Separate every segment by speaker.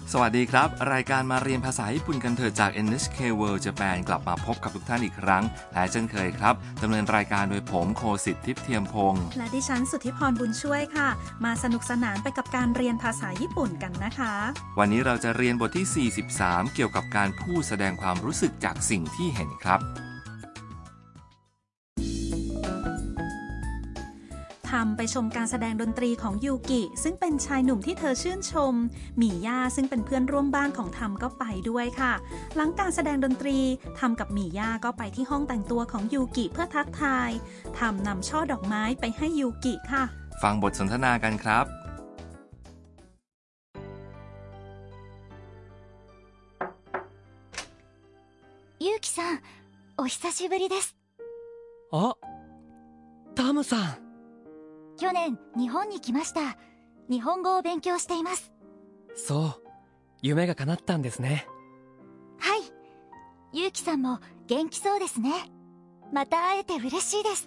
Speaker 1: สวัสดีครับรายการมาเรียนภาษาญี่ปุ่นกันเถอะจาก NHK World Japan กลับมาพบกับทุกท่านอีกครั้งและเช่นเคยครับดำเนินรายการโดยผมโคสิทธิ์ทิพย์เทียมพงษ์
Speaker 2: และดิฉันสุทธิพรบุญช่วยค่ะมาสนุกสนานไปกับการเรียนภาษาญี่ปุ่นกันนะคะ
Speaker 1: วันนี้เราจะเรียนบทที่43เกี่ยวกับการพูดแสดงความรู้สึกจากสิ่งที่เห็นครับ
Speaker 2: ทำไปชมการแสดงดนตรีของยูกิซึ่งเป็นชายหนุ่มที่เธอชื่นชมหมี่ย่าซึ่งเป็นเพื่อนร่วมบ้านของทำก็ไปด้วยค่ะหลังการแสดงดนตรีทำกับหมี่ย่าก็ไปที่ห้องแต่งตัวของยูกิเพื่อทักทายทำนำช่อดอกไม้ไปให้ยูกิค่ะ
Speaker 1: ฟังบทสนทนากันครับ
Speaker 3: ゆうきさん、お久しぶりです。
Speaker 4: あ、タムさん。
Speaker 3: 去年日本に来ました。日本語を勉強しています。
Speaker 4: そう、夢が叶ったんですね。
Speaker 3: はい。ゆうきさんも元気そうですね。また会えて嬉しいです。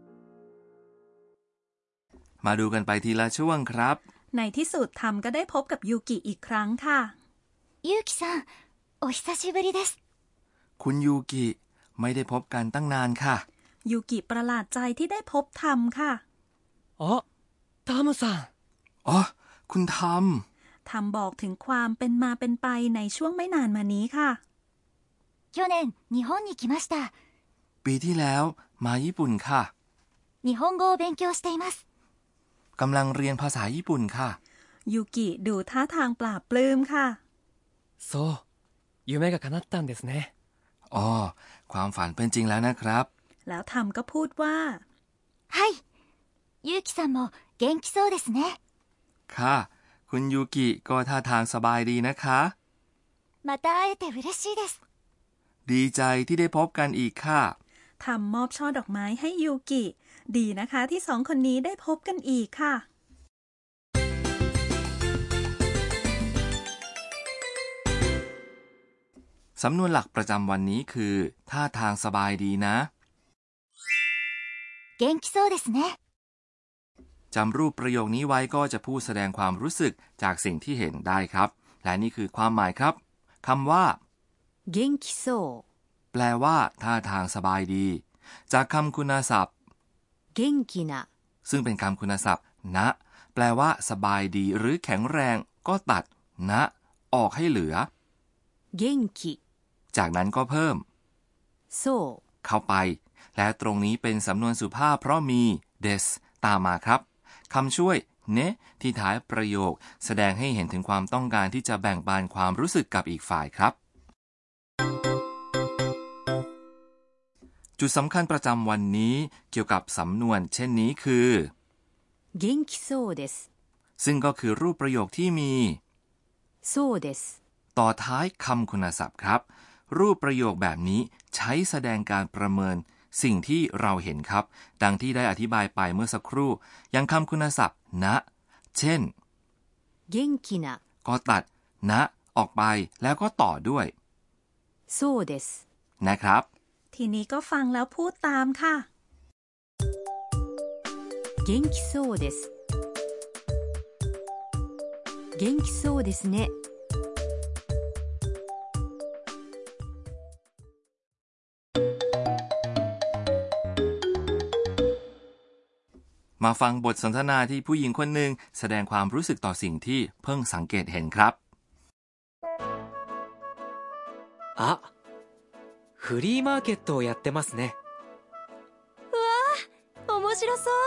Speaker 1: มาดูกันไปทีละช่วงครับ
Speaker 2: ในที่สุดทำก็ได้พบกับยูกิอีกครั้งค่ะ
Speaker 3: ゆうきさん、お久しぶりです。
Speaker 1: คุณยูกิไม่ได้พบกันตั้งนานค่ะ
Speaker 2: ยูกิประหลาดใจที่ได้พบทำค่ะ
Speaker 4: อ๋อタムさん
Speaker 1: อ๋อคุณท
Speaker 2: ำบอกถึงความเป็นมาเป็นไปในช่วงไม่นานมานี้ค่ะ
Speaker 3: 去年日本に来ました。
Speaker 1: ปีที่แล้วมาญี่ปุ่นค่ะ
Speaker 3: 日本語を勉強しています。
Speaker 1: กำลังเรียนภาษาญี่ปุ่นค่ะ
Speaker 2: ยูกิดูท่าทางปลาบปลื้มค่ะ
Speaker 4: そう夢が叶ったんですね
Speaker 1: อ๋อความฝันเป็นจริงแล้วนะครับ
Speaker 2: แล้วทำก็พูดว่า
Speaker 3: はいゆうきさんも元気そうですね
Speaker 1: ค่ะคุณยูกิก็ท่าทางสบายดีนะคะ
Speaker 3: また会えて嬉しいです
Speaker 1: ดีใจที่ได้พบกันอีกค่ะ
Speaker 2: ทำมอบช่อดอกไม้ให้ยูกิดีนะคะที่สองคนนี้ได้พบกันอีกค่ะ
Speaker 1: สำนวนหลักประจำวันนี้คือท่าทางสบายดีนะ
Speaker 3: 元気そうですね
Speaker 1: จำรูปประโยคนี้ไว้ก็จะพูดแสดงความรู้สึกจากสิ่งที่เห็นได้ครับและนี่คือความหมายครับคำว่า
Speaker 3: 元気そう
Speaker 1: แปลว่าท่าทางสบายดีจากคำคุณศัพท์
Speaker 3: 元気な
Speaker 1: ซึ่งเป็นคำคุณศัพท์นะแปลว่าสบายดีหรือแข็งแรงก็ตัดนะออกให้เหลือ
Speaker 3: 元気
Speaker 1: จากนั้นก็เพิ่ม
Speaker 3: そう
Speaker 1: เข้าไปและตรงนี้เป็นสำนวนสุภาพเพราะมีเดสตามมาครับคำช่วยเนะที่ท้ายประโยคแสดงให้เห็นถึงความต้องการที่จะแบ่งปันความรู้สึกกับอีกฝ่ายครับจุดสำคัญประจำวันนี้เกี่ยวกับสำนวนเช่นนี้คือ
Speaker 3: 元気そうです
Speaker 1: ซึ่งก็คือรูปประโยคที่มี
Speaker 3: そうです
Speaker 1: ต่อท้ายคำคุณศัพท์ครับรูปประโยคแบบนี้ใช้แสดงการประเมินสิ่งที่เราเห็นครับดังที่ได้อธิบายไปเมื่อสักครู่อย่างคำคุณศัพท์นะเช่น
Speaker 3: 元気な
Speaker 1: ก็ตัดนะออกไปแล้วก็ต่อด้วย
Speaker 3: そうです
Speaker 1: นะครับ
Speaker 2: ทีนี้ก็ฟังแล้วพูดตามค่ะ
Speaker 3: 元気そうです元気そうですね
Speaker 1: มาฟังบทสนทนาที่ผู้หญิงคนหนึ่งแสดงความรู้สึกต่อสิ่งที่เพิ่งสังเกตเห็นครับ
Speaker 4: あ、フリーマーケットをやってますね
Speaker 3: うわー、面白そう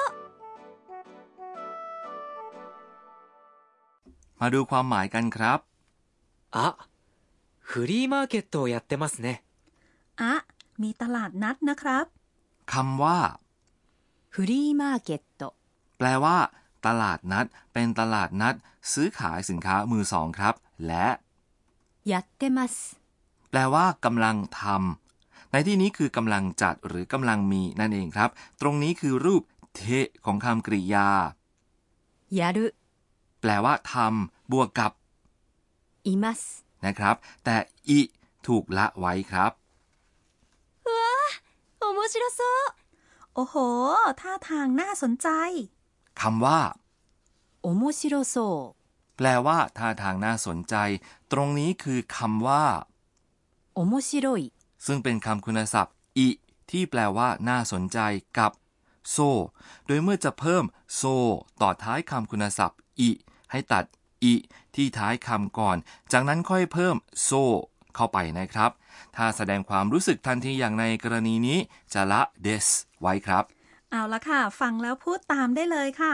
Speaker 1: มาดูความหมายกันครับ
Speaker 4: あ、フリーマーケットをやってますね
Speaker 2: อะมีตลาดนัดนะครับ
Speaker 1: คำว่า
Speaker 3: フリーマーケット
Speaker 1: แปลว่าตลาดนัดเป็นตลาดนัดซื้อขายสินค้ามือสองครับและ
Speaker 3: やってます
Speaker 1: แปลว่ากำลังทำในที่นี้คือกำลังจัดหรือกำลังมีนั่นเองครับตรงนี้คือรูปเทของคำกริยา
Speaker 3: やる
Speaker 1: แปลว่าทำบวกกับ
Speaker 3: います
Speaker 1: นะครับแต่อิถูกละไว้ครับ
Speaker 3: うわー、面白そう
Speaker 2: โอ้โหท่าทางน่าสนใจ
Speaker 1: คำว่า
Speaker 3: 面白そう
Speaker 1: แปลว่าท่าทางน่าสนใจตรงนี้คือคำว่า
Speaker 3: 面白い
Speaker 1: ซึ่งเป็นคำคุณศัพท์อิที่แปลว่าน่าสนใจกับโซโดยเมื่อจะเพิ่มโซต่อท้ายคำคุณศัพท์อิให้ตัดอิที่ท้ายคำก่อนจากนั้นค่อยเพิ่มโซเข้าไปนะครับถ้าแสดงความรู้สึกทันทีอย่างในกรณีนี้จะละเดสไว้ครับ
Speaker 2: เอาละค่ะฟังแล้วพูดตามได้เลยค่ะ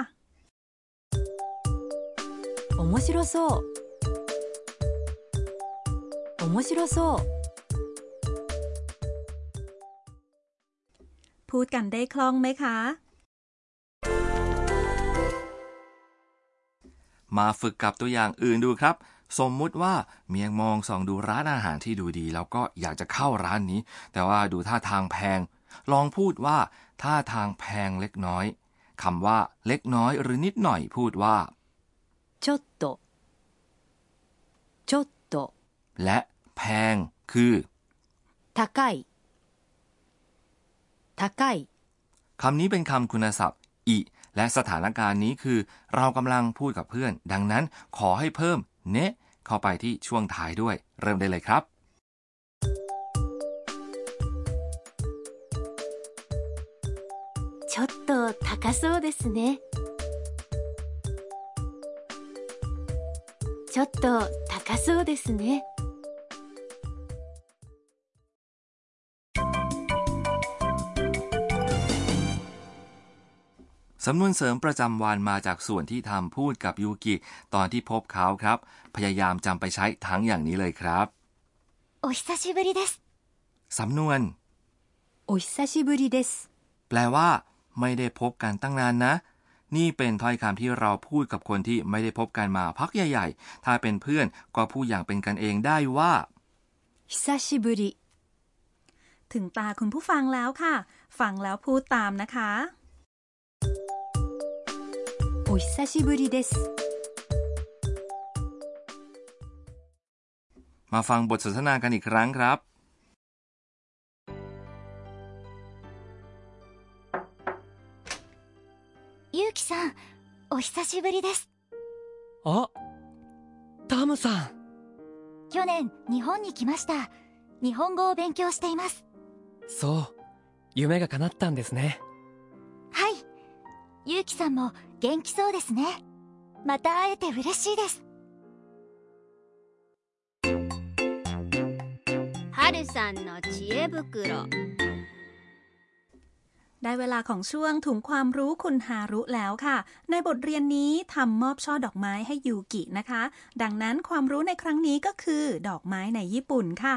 Speaker 3: 面白そう面白そう
Speaker 2: พูดกันได้คล่องไหมคะ
Speaker 1: มาฝึกกับตัวอย่างอื่นดูครับสมมุติว่าเมียงมองส่องดูร้านอาหารที่ดูดีแล้วก็อยากจะเข้าร้านนี้แต่ว่าดูท่าทางแพงลองพูดว่าท่าทางแพงเล็กน้อยคำว่าเล็กน้อยหรือนิดหน่อยพูดว่า
Speaker 3: ちょっとちょっと
Speaker 1: และแพงคือ
Speaker 3: 高い高い
Speaker 1: คำนี้เป็นคำคุณศัพท์อิและสถานการณ์นี้คือเรากำลังพูดกับเพื่อนดังนั้นขอให้เพิ่มเนะเข้าไปที่ช่วงท้ายด้วยเริ่มได้เลยครับ
Speaker 3: ちょっと高そうですねちょっと高そうですね
Speaker 1: สำนวนเสริมประจำวันมาจากส่วนที่ทำพูดกับยูกิตอนที่พบเขาครับพยายามจำไปใช้ทั้งอย่างนี้เลยครับ
Speaker 3: お久しぶりです
Speaker 1: สำนวน
Speaker 3: お久しぶりです
Speaker 1: แปลว่าไม่ได้พบกันตั้งนานนะนี่เป็นถ้อยคำที่เราพูดกับคนที่ไม่ได้พบกันมาพักใหญ่ๆถ้าเป็นเพื่อนก็พูดอย่างเป็นกันเองได้ว่า
Speaker 3: 久しぶり
Speaker 2: ถึงตาคุณผู้ฟังแล้วค่ะฟังแล้วพูดตามนะคะ
Speaker 3: お久しぶりです
Speaker 1: มาฟังบทสนทนากันอีกครั้งครับ
Speaker 3: ゆうきさんお久しぶりです
Speaker 4: あ、タムさん
Speaker 3: 去年日本に来ました日本語を勉強しています
Speaker 4: そう夢が叶ったんですね
Speaker 3: はいゆうきさんも元気そうですねまた会えて嬉しいです
Speaker 5: はるさんの知恵袋
Speaker 2: ได้เวลาของช่วงถุงความรู้คุณฮารุแล้วค่ะในบทเรียนนี้ทำมอบช่อดอกไม้ให้ยูกินะคะดังนั้นความรู้ในครั้งนี้ก็คือดอกไม้ในญี่ปุ่นค่ะ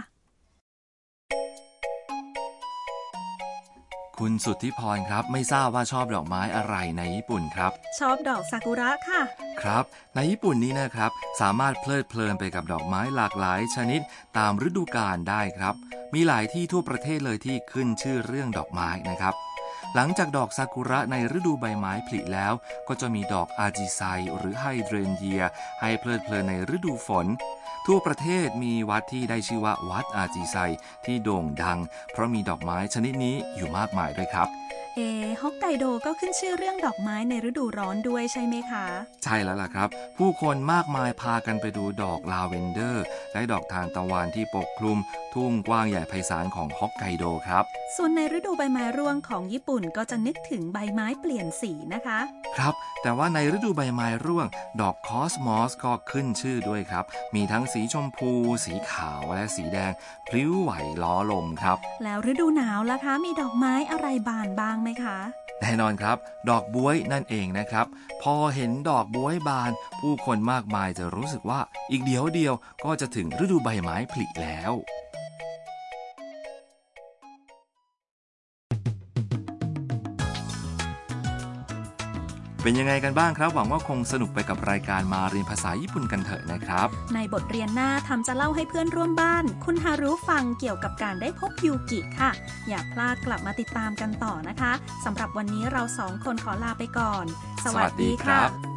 Speaker 1: คุณสุทธิพรครับไม่ทราบว่าชอบดอกไม้อะไรในญี่ปุ่นครับ
Speaker 2: ชอบดอกซากุระค่ะ
Speaker 1: ครับในญี่ปุ่นนี้นะครับสามารถเพลิดเพลินไปกับดอกไม้หลากหลายชนิดตามฤดูกาลได้ครับมีหลายที่ทั่วประเทศเลยที่ขึ้นชื่อเรื่องดอกไม้นะครับหลังจากดอกซากุระในฤดูใบไม้ผลิแล้วก็จะมีดอกอาจิไซหรือไฮเดรนเยียให้เพลิดเพลินในฤดูฝนทั่วประเทศมีวัดที่ได้ชื่อว่าวัดอาจิไซที่โด่งดังเพราะมีดอกไม้ชนิดนี้อยู่มากมายด้วยครับ
Speaker 2: ฮอกไกโดก็ขึ้นชื่อเรื่องดอกไม้ในฤดูร้อนด้วยใช่ไหมคะ
Speaker 1: ใช่แล้วล่ะครับผู้คนมากมายพากันไปดูดอกลาเวนเดอร์และดอกทานตะวันที่ปกคลุมทุ่งกว้างใหญ่ไพศาลของฮอกไกโดครับ
Speaker 2: ส่วนในฤดูใบไม้ร่วงของญี่ปุ่นก็จะนึกถึงใบไม้เปลี่ยนสีนะคะ
Speaker 1: ครับแต่ว่าในฤดูใบไม้ร่วงดอกคอสมอสก็ขึ้นชื่อด้วยครับมีทั้งสีชมพูสีขาวและสีแดงพลิ้วไหวล้อลมครับ
Speaker 2: แล้วฤดูหนาวล่ะคะมีดอกไม้อะไรบานบ้างไหมคะ
Speaker 1: แน่นอนครับดอกบ๊วยนั่นเองนะครับพอเห็นดอกบ๊วยบานผู้คนมากมายจะรู้สึกว่าอีกเดียวก็จะถึงฤดูใบไม้ผลิแล้ว เป็นยังไงกันบ้างครับหวังว่าคงสนุกไปกับรายการมาเรียนภาษาญี่ปุ่นกันเถอะนะครับ
Speaker 2: ในบทเรียนหน้าทำจะเล่าให้เพื่อนร่วมบ้านคุณฮารุฟังเกี่ยวกับการได้พบยูกิค่ะอย่าพลาดกลับมาติดตามกันต่อนะคะสำหรับวันนี้เรา2 คนขอลาไปก่อนสวัสดีครับ